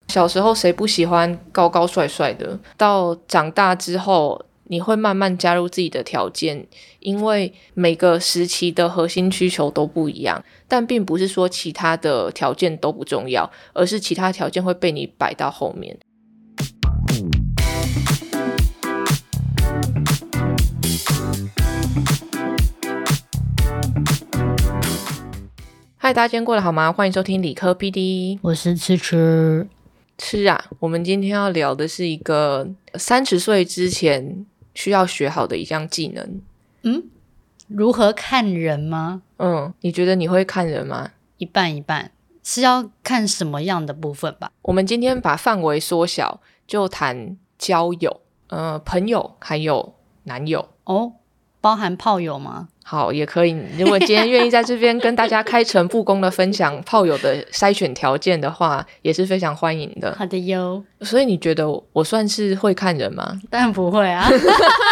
小时候谁不喜欢高高帅帅的？到长大之后，你会慢慢加入自己的条件，因为每个时期的核心需求都不一样，但并不是说其他的条件都不重要，而是其他条件会被你摆到后面。嗨，大家今天过得好吗？欢迎收听理科 PD， 我是吃啊，我们今天要聊的是一个30岁之前需要学好的一项技能。 如何看人吗？ 你觉得你会看人吗？ 一半一半，是要看什么样的部分吧？ 我们今天把范围缩小，就谈交友，朋友还有男友。 包含炮友吗？ 好，也可以。如果今天愿意在这边跟大家开诚布公的分享炮友的筛选条件的话，也是非常欢迎的。 好的哟。 所以你觉得我算是会看人吗？ 当然不会啊。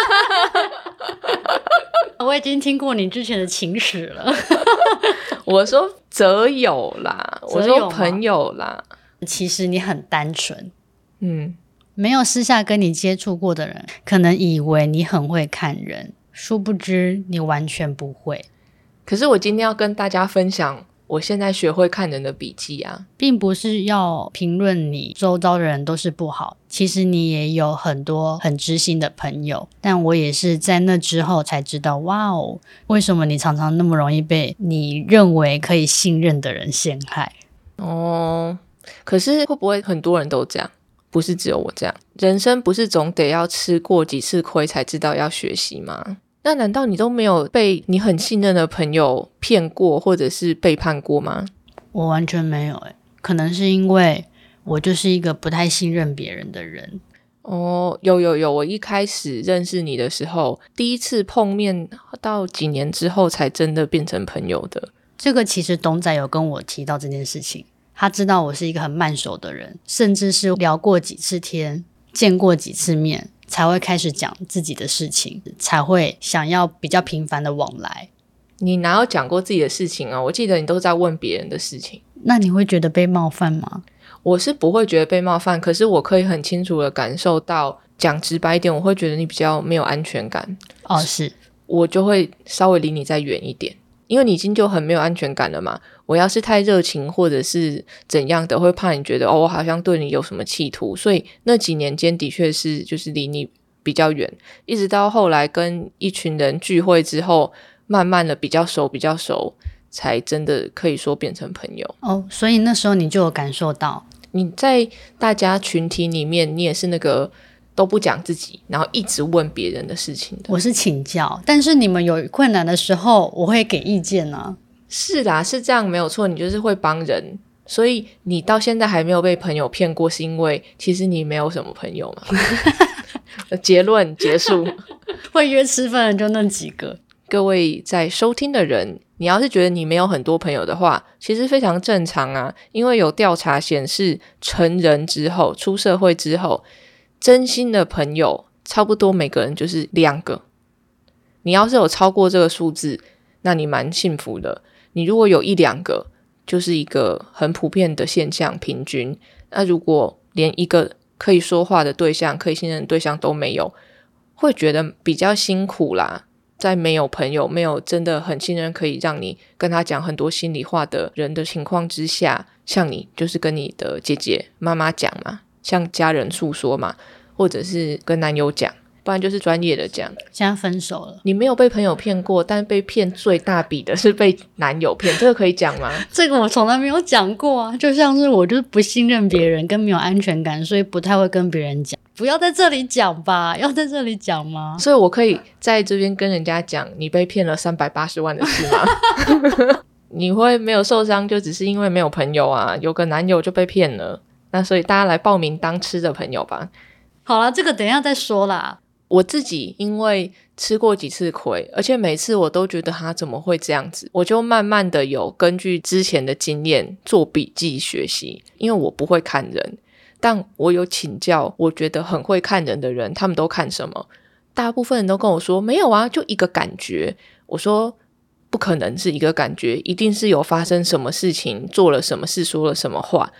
我已经听过你之前的情史了。 我说择友啦，我说朋友啦。 其实你很单纯， 没有私下跟你接触过的人，可能以为你很会看人，殊不知你完全不会。 可是我今天要跟大家分享我现在学会看人的笔记啊， 并不是要评论你周遭的人都是不好，其实你也有很多很知心的朋友，但我也是在那之后才知道，哇哦，为什么你常常那么容易被你认为可以信任的人陷害。 可是会不会很多人都这样？不是只有我这样，人生不是总得要吃过几次亏才知道要学习吗？那难道你都没有被你很信任的朋友骗过或者是背叛过吗？ 我完全没有可能是因为我就是一个不太信任别人的人。 有，我一开始认识你的时候，第一次碰面到几年之后才真的变成朋友的。 这个其实董仔有跟我提到这件事情，他知道我是一个很慢熟的人，甚至是聊过几次天，见过几次面才会开始讲自己的事情，才会想要比较频繁的往来。 你哪有讲过自己的事情啊？我记得你都在问别人的事情。 那你会觉得被冒犯吗？ 我是不会觉得被冒犯，可是我可以很清楚的感受到，讲直白一点，我会觉得你比较没有安全感。 是， 我就会稍微离你再远一点，因为你已经就很没有安全感了嘛。我要是太热情或者是怎样的，会怕你觉得我好像对你有什么企图，所以那几年间的确是就是离你比较远，一直到后来跟一群人聚会之后，慢慢的比较熟，才真的可以说变成朋友。 所以那时候你就有感受到， 你在大家群体里面，你也是那个都不讲自己，然后一直问别人的事情的。 我是请教，但是你们有困难的时候，我会给意见啊。 是啦，是这样没有错，你就是会帮人，所以你到现在还没有被朋友骗过，是因为其实你没有什么朋友嘛。结论结束。 会约吃饭的就那几个。 各位在收听的人，你要是觉得你没有很多朋友的话，其实非常正常啊，因为有调查显示，成人之后出社会之后，真心的朋友差不多每个人就是2个。你要是有超过这个数字，那你蛮幸福的。你如果有1-2个，就是一个很普遍的现象，平均。那如果连一个可以说话的对象，可以信任的对象都没有，会觉得比较辛苦啦。在没有朋友，没有真的很信任可以让你跟他讲很多心里话的人的情况之下，像你就是跟你的姐姐妈妈讲嘛，向家人诉说嘛，或者是跟男友讲，不然就是专业的讲。 现在分手了。 你没有被朋友骗过，但被骗最大笔的是被男友骗，这个可以讲吗？ 这个我从来没有讲过啊，就像是我就是不信任别人跟没有安全感，所以不太会跟别人讲。不要在这里讲吧，要在这里讲吗？ 所以我可以在这边跟人家讲你被骗了380万的事吗？你会没有受伤就只是因为没有朋友啊，有个男友就被骗了。那所以大家来报名当吃的朋友吧。 好啦，这个等一下再说啦。 我自己因为吃过几次亏，而且每次我都觉得他怎么会这样子，我就慢慢的有根据之前的经验做笔记学习。因为我不会看人，但我有请教我觉得很会看人的人，他们都看什么？大部分人都跟我说没有啊，就一个感觉。我说不可能是一个感觉，一定是有发生什么事情，做了什么事，说了什么话。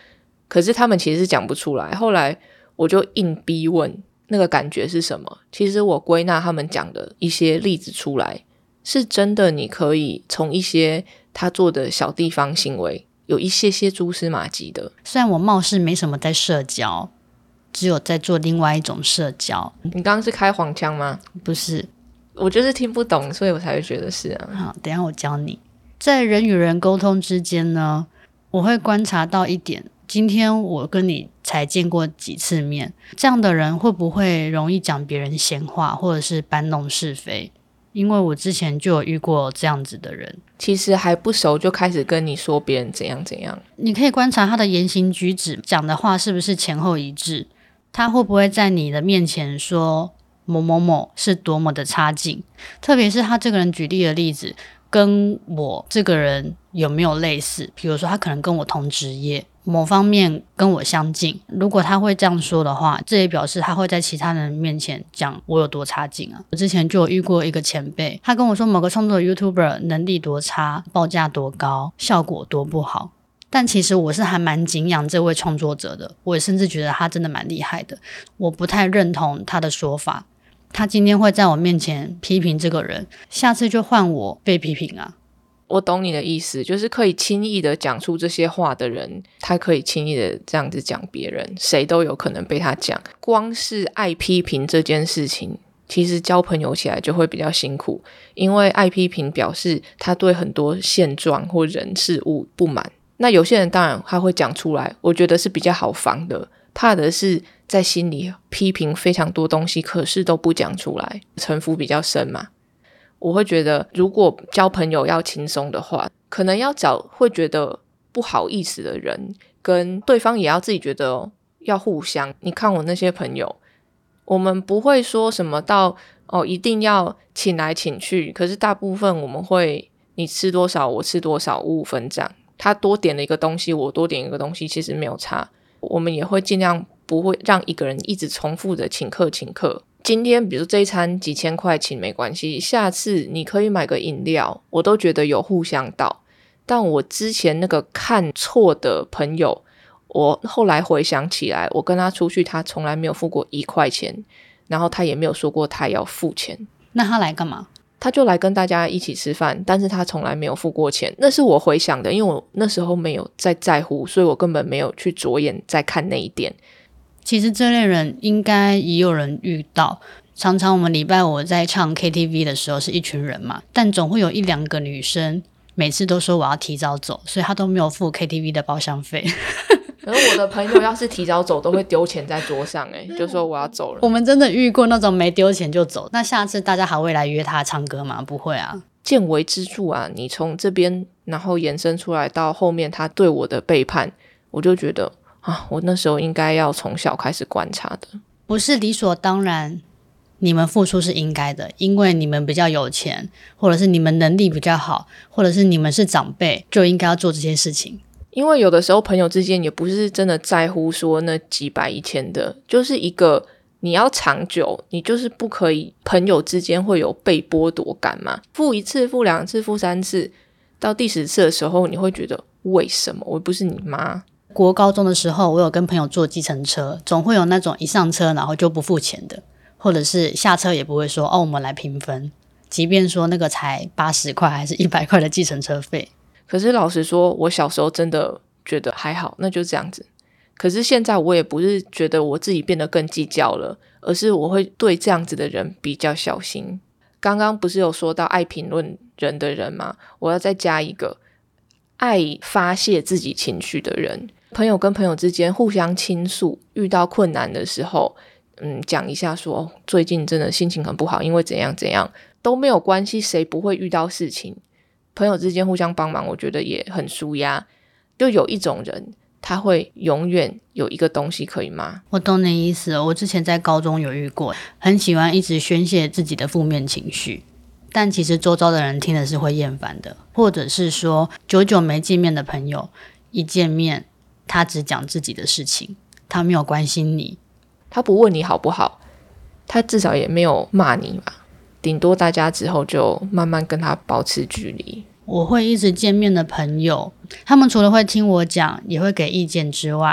可是他们其实是讲不出来。后来我就硬逼问那个感觉是什么，其实我归纳他们讲的一些例子出来，是真的你可以从一些他做的小地方行为有一些些蛛丝马迹的。 虽然我貌似没什么在社交，只有在做另外一种社交。 你刚刚是开黄腔吗？ 不是， 我就是听不懂，所以我才会觉得是啊。 好，等一下我教你。在人与人沟通之间呢，我会观察到一点，今天我跟你才见过几次面，这样的人会不会容易讲别人闲话，或者是搬弄是非？因为我之前就有遇过这样子的人， 其实还不熟就开始跟你说别人怎样怎样。 你可以观察他的言行举止，讲的话是不是前后一致，他会不会在你的面前说某某某是多么的差劲，特别是他这个人举例的例子跟我这个人有没有类似，比如说他可能跟我同职业，某方面跟我相近，如果他会这样说的话，这也表示他会在其他人面前讲我有多差劲啊。我之前就有遇过一个前辈，他跟我说某个创作的 YouTuber 能力多差，报价多高，效果多不好，但其实我是还蛮敬仰这位创作者的，我也甚至觉得他真的蛮厉害的。我不太认同他的说法，他今天会在我面前批评这个人，下次就换我被批评啊。 我懂你的意思，就是可以轻易的讲出这些话的人，他可以轻易的这样子讲别人，谁都有可能被他讲。光是爱批评这件事情，其实交朋友起来就会比较辛苦，因为爱批评表示他对很多现状或人事物不满。那有些人当然他会讲出来，我觉得是比较好防的，怕的是在心里批评非常多东西，可是都不讲出来，城府比较深嘛。我会觉得如果交朋友要轻松的话，可能要找会觉得不好意思的人，跟对方也要自己觉得要互相。你看我那些朋友，我们不会说什么到一定要请来请去，可是大部分我们会你吃多少我吃多少，55分这样，他多点了一个东西我多点一个东西，其实没有差。我们也会尽量不会让一个人一直重复的请客。今天比如这一餐几千块请没关系，下次你可以买个饮料，我都觉得有互相到。但我之前那个看错的朋友，我后来回想起来，我跟他出去他从来没有付过1块钱，然后他也没有说过他要付钱。 那他来干嘛？ 他就来跟大家一起吃饭，但是他从来没有付过钱。那是我回想的，因为我那时候没有在乎，所以我根本没有去着眼在看那一点。 其实这类人应该也有人遇到，常常我们礼拜五在唱 KTV 的时候是一群人嘛，但总会有1、2个女生每次都说我要提早走，所以她都没有付 KTV 的包厢费。 可是我的朋友要是提早走都会丢钱在桌上就说我要走了。 我们真的遇过那种没丢钱就走，那下次大家还会来约他唱歌吗？不会啊。 见微知著啊，你从这边然后延伸出来到后面他对我的背叛，我就觉得我那时候应该要从小开始观察的。 不是理所当然你们付出是应该的，因为你们比较有钱，或者是你们能力比较好，或者是你们是长辈，就应该要做这些事情。 因为有的时候朋友之间也不是真的在乎说那几百1000的，就是一个你要长久，你就是不可以朋友之间会有被剥夺感嘛。付1次付2次付3次，到第10次的时候你会觉得为什么我不是你妈。 国高中的时候我有跟朋友坐计程车，总会有那种一上车然后就不付钱的，或者是下车也不会说我们来平分，即便说那个才80块还是100块的计程车费。 可是老实说，我小时候真的觉得还好，那就这样子。可是现在我也不是觉得我自己变得更计较了，而是我会对这样子的人比较小心。刚刚不是有说到爱评论人的人吗？我要再加一个爱发泄自己情绪的人。朋友跟朋友之间互相倾诉，遇到困难的时候讲一下说最近真的心情很不好，因为怎样怎样都没有关系，谁不会遇到事情。朋友之间互相帮忙，我觉得也很舒压。就有一种人他会永远有一个东西可以骂。 我懂你意思了，我之前在高中有遇过，很喜欢一直宣泄自己的负面情绪，但其实周遭的人听的是会厌烦的，或者是说久久没见面的朋友一见面他只讲自己的事情，他没有关心你， 他不问你好不好，他至少也没有骂你嘛，顶多大家之后就慢慢跟他保持距离。 我会一直见面的朋友，他们除了会听我讲也会给意见之外，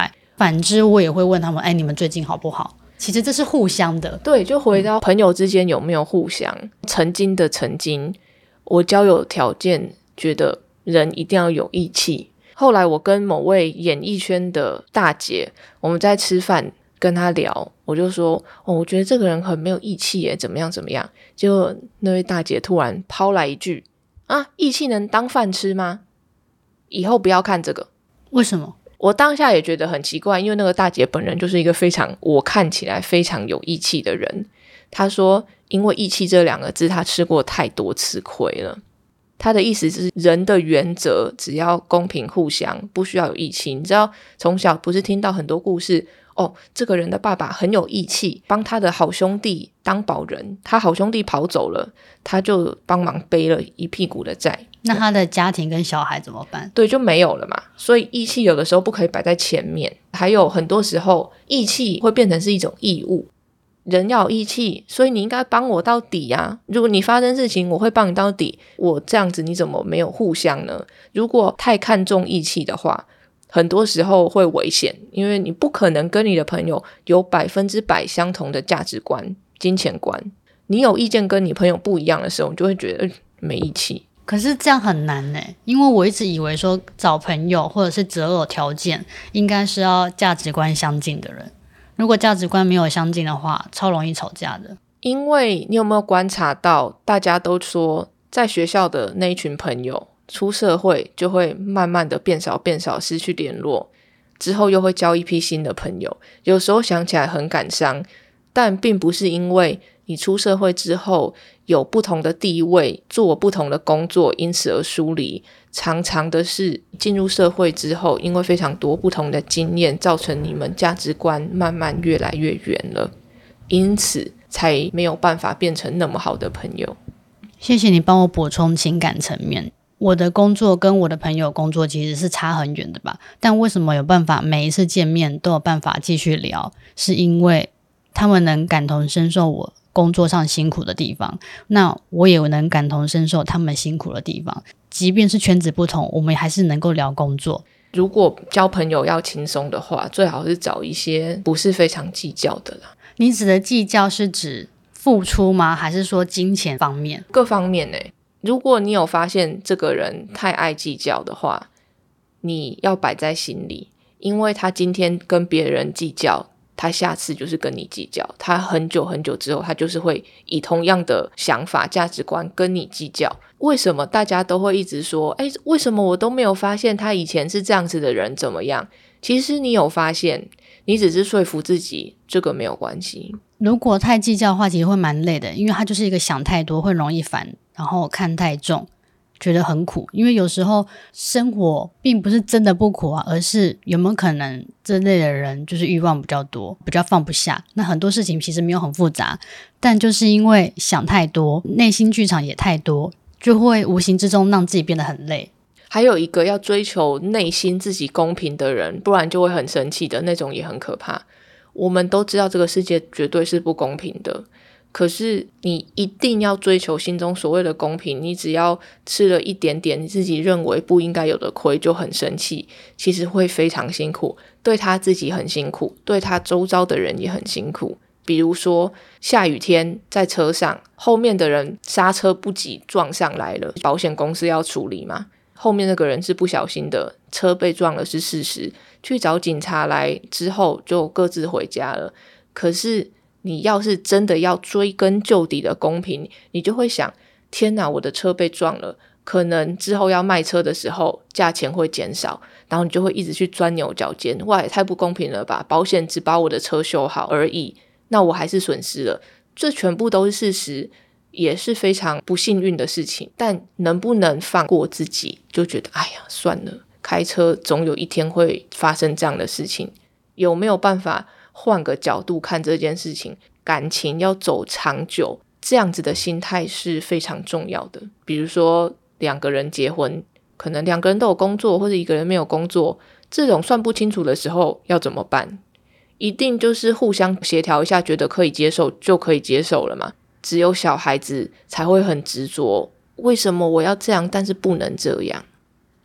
反之我也会问他们，哎，你们最近好不好？其实这是互相的。 对，就回到朋友之间有没有互相。曾经，我交友条件觉得人一定要有义气。后来我跟某位演艺圈的大姐，我们在吃饭跟她聊，我就说我觉得这个人很没有义气耶，怎么样怎么样。结果那位大姐突然抛来一句义气能当饭吃吗？以后不要看这个。 为什么？ 我当下也觉得很奇怪，因为那个大姐本人就是一个我看起来非常有义气的人。她说因为义气这2个字她吃过太多次亏了。她的意思是人的原则只要公平互相，不需要有义气。你知道从小不是听到很多故事，这个人的爸爸很有义气，帮他的好兄弟当保人，他好兄弟跑走了，他就帮忙背了一屁股的债。 那他的家庭跟小孩怎么办？ 对，就没有了嘛。所以义气有的时候不可以摆在前面，还有很多时候义气会变成是一种义务。人要有义气，所以你应该帮我到底啊。如果你发生事情我会帮你到底，我这样子你怎么没有互相呢？如果太看重义气的话，很多时候会危险，因为你不可能跟你的朋友有100%相同的价值观、金钱观。你有意见跟你朋友不一样的时候，你就会觉得没义气。 可是这样很难耶，因为我一直以为说找朋友或者是择偶条件应该是要价值观相近的人，如果价值观没有相近的话，超容易吵架的。 因为你有没有观察到，大家都说在学校的那一群朋友出社会就会慢慢的变少，失去联络，之后又会交一批新的朋友。有时候想起来很感伤，但并不是因为你出社会之后有不同的地位，做不同的工作，因此而疏离。常常的是进入社会之后，因为非常多不同的经验，造成你们价值观慢慢越来越远了，因此才没有办法变成那么好的朋友。 谢谢你帮我补充情感层面。我的工作跟我的朋友工作其实是差很远的吧，但为什么有办法每一次见面都有办法继续聊，是因为他们能感同身受我工作上辛苦的地方，那我也能感同身受他们辛苦的地方。即便是圈子不同，我们还是能够聊工作。 如果交朋友要轻松的话，最好是找一些不是非常计较的啦。 你指的计较是指付出吗？还是说金钱方面？ 各方面欸。如果你有发现这个人太爱计较的话，你要摆在心里，因为他今天跟别人计较，他下次就是跟你计较，他很久很久之后他就是会以同样的想法价值观跟你计较。为什么大家都会一直说为什么我都没有发现他以前是这样子的人怎么样？其实你有发现，你只是说服自己这个没有关系。 如果太计较的话其实会蛮累的，因为他就是一个想太多，会容易烦，然后看太重，觉得很苦。因为有时候生活并不是真的不苦啊，而是有没有可能这类的人就是欲望比较多，比较放不下。那很多事情其实没有很复杂，但就是因为想太多，内心剧场也太多，就会无形之中让自己变得很累。 还有一个要追求内心自己公平的人，不然就会很生气的那种也很可怕。我们都知道这个世界绝对是不公平的，可是你一定要追求心中所谓的公平，你只要吃了一点点你自己认为不应该有的亏就很生气，其实会非常辛苦，对他自己很辛苦，对他周遭的人也很辛苦。比如说下雨天在车上，后面的人刹车不及撞上来了，保险公司要处理嘛，后面那个人是不小心的，车被撞了是事实，去找警察来之后就各自回家了。可是你要是真的要追根究底的公平，你就会想，天哪，我的车被撞了，可能之后要卖车的时候价钱会减少，然后你就会一直去钻牛角尖，哇，也太不公平了吧，保险只把我的车修好而已，那我还是损失了。这全部都是事实，也是非常不幸运的事情。但能不能放过自己，就觉得哎呀算了，开车总有一天会发生这样的事情，有没有办法换个角度看这件事情？感情要走长久，这样子的心态是非常重要的。比如说2个人结婚，可能2个人都有工作，或者1个人没有工作，这种算不清楚的时候要怎么办？一定就是互相协调一下，觉得可以接受就可以接受了嘛。只有小孩子才会很执着，为什么我要这样但是不能这样。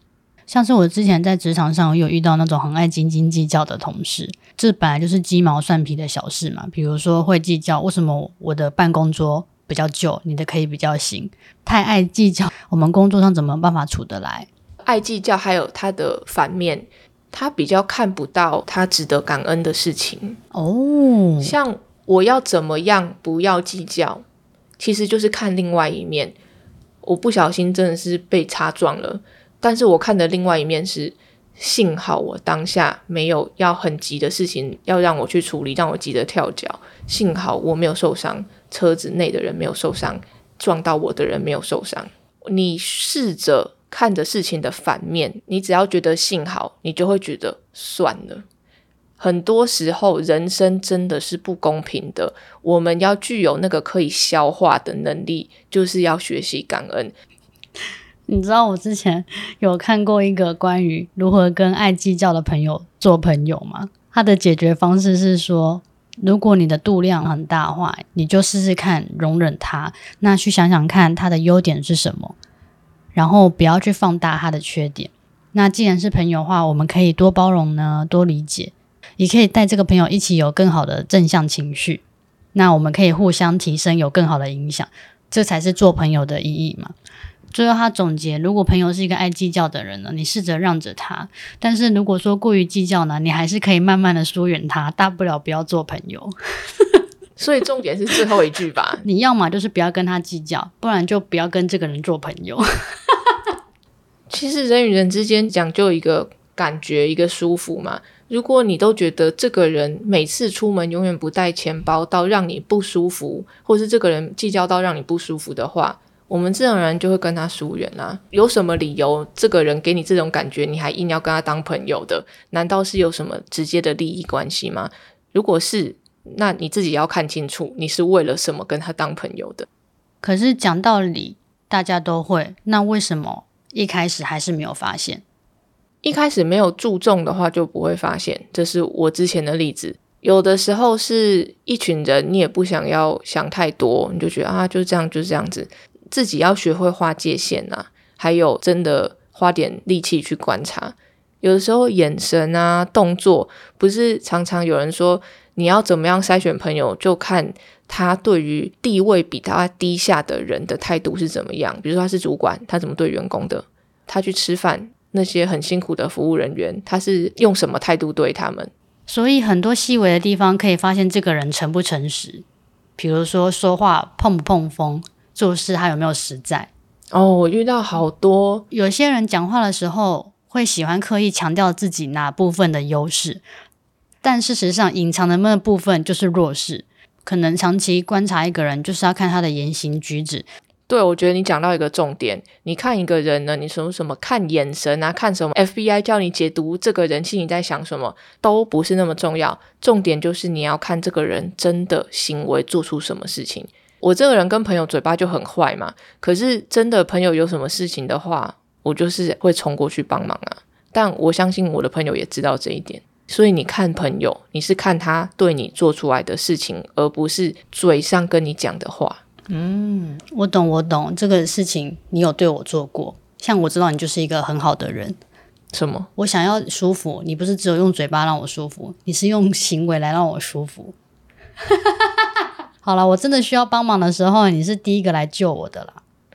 像是我之前在职场上有遇到那种很爱斤斤计较的同事，这本来就是鸡毛蒜皮的小事嘛，比如说会计较为什么我的办公桌比较旧，你的可以比较新，太爱计较我们工作上怎么办法处得来。 爱计较还有它的反面，他比较看不到他值得感恩的事情哦。 像我要怎么样不要计较，其实就是看另外一面。我不小心真的是被擦撞了，但是我看的另外一面是幸好我当下没有要很急的事情要让我去处理，让我急得跳脚，幸好我没有受伤，车子内的人没有受伤，撞到我的人没有受伤。你试着看着事情的反面，你只要觉得幸好，你就会觉得算了。很多时候人生真的是不公平的，我们要具有那个可以消化的能力，就是要学习感恩。 你知道我之前有看过一个关于如何跟爱计较的朋友做朋友吗？他的解决方式是说，如果你的度量很大的话，你就试试看容忍他，那去想想看他的优点是什么，然后不要去放大他的缺点。那既然是朋友的话，我们可以多包容呢，多理解，也可以带这个朋友一起有更好的正向情绪，那我们可以互相提升，有更好的影响，这才是做朋友的意义嘛。最后他总结，如果朋友是一个爱计较的人呢，你试着让着他，但是如果说过于计较呢，你还是可以慢慢的疏远他，大不了不要做朋友。 所以重点是最后一句吧。 你要嘛就是不要跟他计较，不然就不要跟这个人做朋友。 其实人与人之间讲究一个感觉，一个舒服嘛。如果你都觉得这个人每次出门永远不带钱包到让你不舒服，或是这个人计较到让你不舒服的话，我们自然而然就会跟他疏远啊。有什么理由这个人给你这种感觉，你还硬要跟他当朋友的？难道是有什么直接的利益关系吗？如果是，那你自己要看清楚，你是为了什么跟他当朋友的。 可是讲道理大家都会，那为什么一开始还是没有发现？ 一开始没有注重的话就不会发现，这是我之前的例子。有的时候是一群人，你也不想要想太多，你就觉得啊，就这样就是这样子。自己要学会划界限啊，还有真的花点力气去观察。有的时候眼神啊动作，不是常常有人说你要怎么样筛选朋友，就看他对于地位比他低下的人的态度是怎么样。比如说他是主管，他怎么对员工的，他去吃饭那些很辛苦的服务人员，他是用什么态度对他们。 所以很多细微的地方可以发现这个人诚不诚实，比如说说话碰不碰风，做事他有没有实在。 我遇到好多， 有些人讲话的时候会喜欢刻意强调自己哪部分的优势，但事实上隐藏的那部分就是弱势。可能长期观察一个人，就是要看他的言行举止。 对，我觉得你讲到一个重点，你看一个人呢，你说什么看眼神啊，看什么 FBI 叫你解读这个人心里在想什么，都不是那么重要。重点就是你要看这个人真的行为做出什么事情。我这个人跟朋友嘴巴就很坏嘛，可是真的朋友有什么事情的话，我就是会冲过去帮忙啊。但我相信我的朋友也知道这一点，所以你看朋友，你是看他对你做出来的事情，而不是嘴上跟你讲的话。 我懂，这个事情你有对我做过，像我知道你就是一个很好的人。 什么？ 我想要舒服，你不是只有用嘴巴让我舒服，你是用行为来让我舒服。好了，我真的需要帮忙的时候，你是第一个来救我的啦。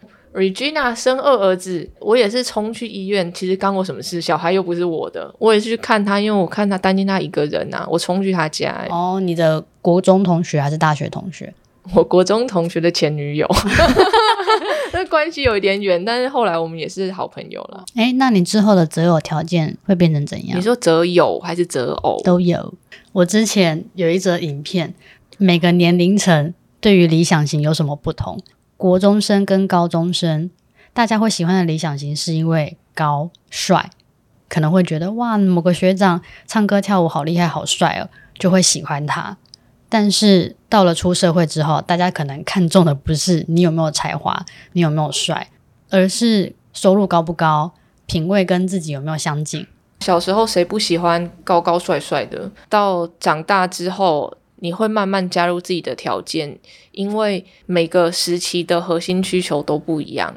Regina 生2儿子，我也是冲去医院，其实干我什么事？小孩又不是我的，我也是去看他，因为我看他担心他一个人啊，我冲去他家。 哦，你的国中同学还是大学同学？ 我国中同学的前女友。那关系有一点远，但是后来我们也是好朋友了。 那你之后的择偶条件会变成怎样？ 你说择友还是择偶？ 都有。我之前有一则影片，每个年龄层对于理想型有什么不同？国中生跟高中生，大家会喜欢的理想型是因为高帅，可能会觉得哇，某个学长唱歌跳舞好厉害好帅哦，就会喜欢他。但是到了出社会之后，大家可能看重的不是你有没有才华，你有没有帅，而是收入高不高，品味跟自己有没有相近。 小时候谁不喜欢高高帅帅的？到长大之后，你会慢慢加入自己的条件，因为每个时期的核心需求都不一样。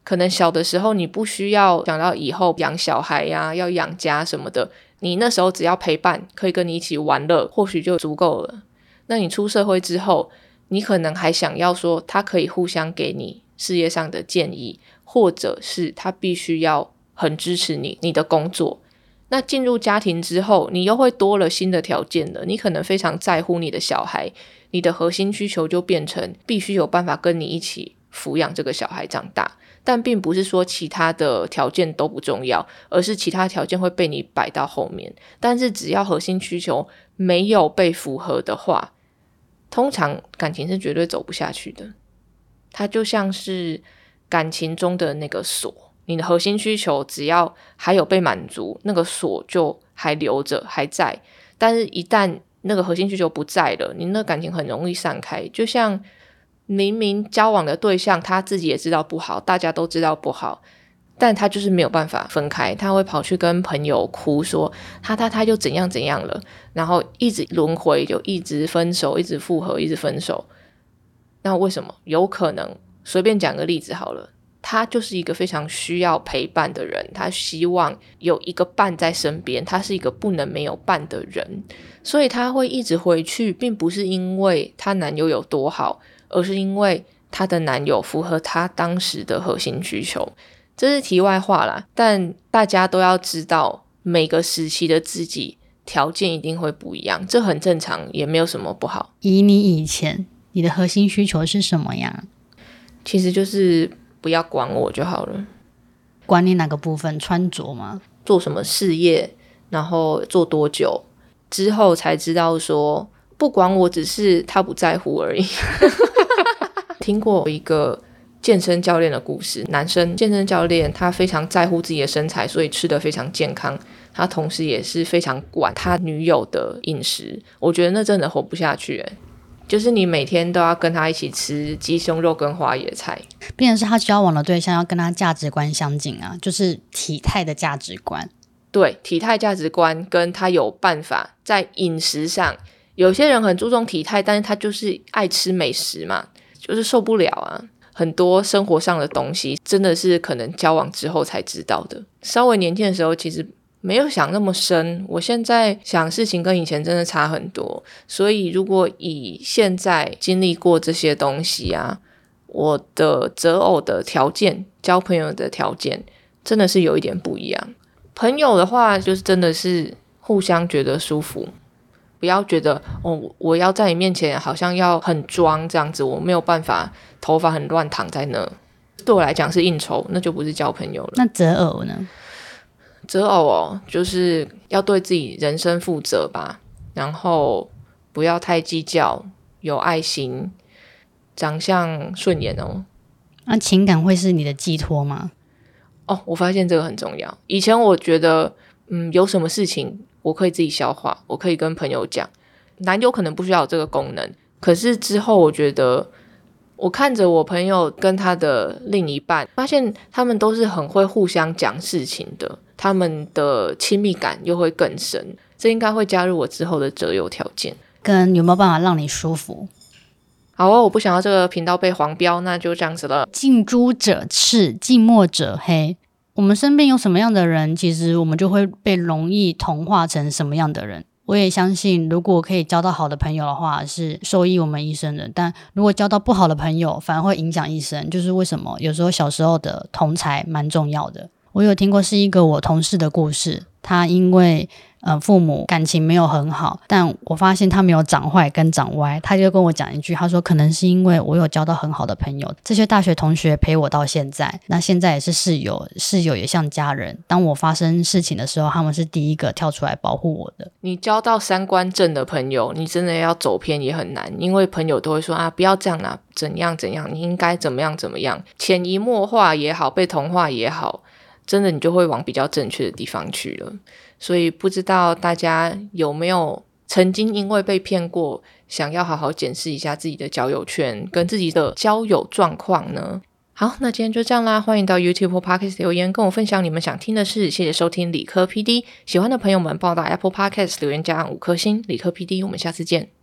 可能小的时候你不需要想到以后养小孩呀、要养家什么的，你那时候只要陪伴，可以跟你一起玩乐，或许就足够了。那你出社会之后，你可能还想要说他可以互相给你事业上的建议，或者是他必须要很支持你的工作。那进入家庭之后，你又会多了新的条件了，你可能非常在乎你的小孩，你的核心需求就变成必须有办法跟你一起抚养这个小孩长大。但并不是说其他的条件都不重要，而是其他条件会被你摆到后面。但是只要核心需求没有被符合的话，通常感情是绝对走不下去的。它就像是感情中的那个锁，你的核心需求只要还有被满足，那个锁就还留着还在。但是一旦那个核心需求不在了，你那感情很容易散开。就像明明交往的对象他自己也知道不好，大家都知道不好，但他就是没有办法分开，他会跑去跟朋友哭说他就怎样怎样了，然后一直轮回，就一直分手，一直复合，一直分手。那为什么？有可能随便讲个例子好了，他就是一个非常需要陪伴的人，他希望有一个伴在身边，他是一个不能没有伴的人，所以他会一直回去，并不是因为他男友有多好，而是因为他的男友符合他当时的核心需求。这是题外话啦，但大家都要知道每个时期的自己条件一定会不一样，这很正常，也没有什么不好。 以你以前，你的核心需求是什么呀？ 其实就是不要管我就好了。 管你哪个部分？穿着吗？ 做什么事业，然后做多久之后才知道说不管我，只是他不在乎而已。听过一个健身教练的故事，男生健身教练他非常在乎自己的身材，所以吃得非常健康，他同时也是非常管他女友的饮食。我觉得那真的活不下去就是你每天都要跟他一起吃鸡胸肉跟花椰菜， 变成是他交往的对象要跟他价值观相近啊，就是体态的价值观。 对，体态价值观跟他有办法在饮食上，有些人很注重体态，但是他就是爱吃美食嘛，就是受不了啊。很多生活上的东西真的是可能交往之后才知道的，稍微年轻的时候其实没有想那么深，我现在想事情跟以前真的差很多，所以如果以现在经历过这些东西啊，我的择偶的条件，交朋友的条件真的是有一点不一样。朋友的话就是真的是互相觉得舒服，不要觉得我要在你面前好像要很装这样子，我没有办法头发很乱躺在那，对我来讲是应酬，那就不是交朋友了。 那择偶呢？ 择偶就是要对自己人生负责吧，然后不要太计较，有爱心，长相顺眼那情感会是你的寄托吗？ 我发现这个很重要。以前我觉得有什么事情我可以自己消化，我可以跟朋友讲，男友可能不需要有这个功能。可是之后我觉得我看着我朋友跟他的另一半，发现他们都是很会互相讲事情的，他们的亲密感又会更深，这应该会加入我之后的择友条件。 跟有没有办法让你舒服？ 好我不想要这个频道被黄标，那就这样子了。 近朱者赤，近墨者黑。我们身边有什么样的人，其实我们就会被容易同化成什么样的人。我也相信如果可以交到好的朋友的话，是受益我们一生的，但如果交到不好的朋友，反而会影响一生。就是为什么有时候小时候的同侪蛮重要的。我有听过是一个我同事的故事，他因为父母感情没有很好，但我发现他没有长坏跟长歪，他就跟我讲一句，他说可能是因为我有交到很好的朋友，这些大学同学陪我到现在，那现在也是室友，室友也像家人，当我发生事情的时候，他们是第一个跳出来保护我的。 你交到三观正的朋友，你真的要走偏也很难，因为朋友都会说不要这样啊，怎样怎样，你应该怎么样怎么样，潜移默化也好，被同化也好，真的你就会往比较正确的地方去了。所以不知道大家有没有曾经因为被骗过，想要好好检视一下自己的交友圈跟自己的交友状况呢？好，那今天就这样啦，欢迎到 YouTube 或 Podcast 留言跟我分享你们想听的事。谢谢收听理科 PD， 喜欢的朋友们帮我到 Apple Podcast 留言加5颗星。理科 PD， 我们下次见。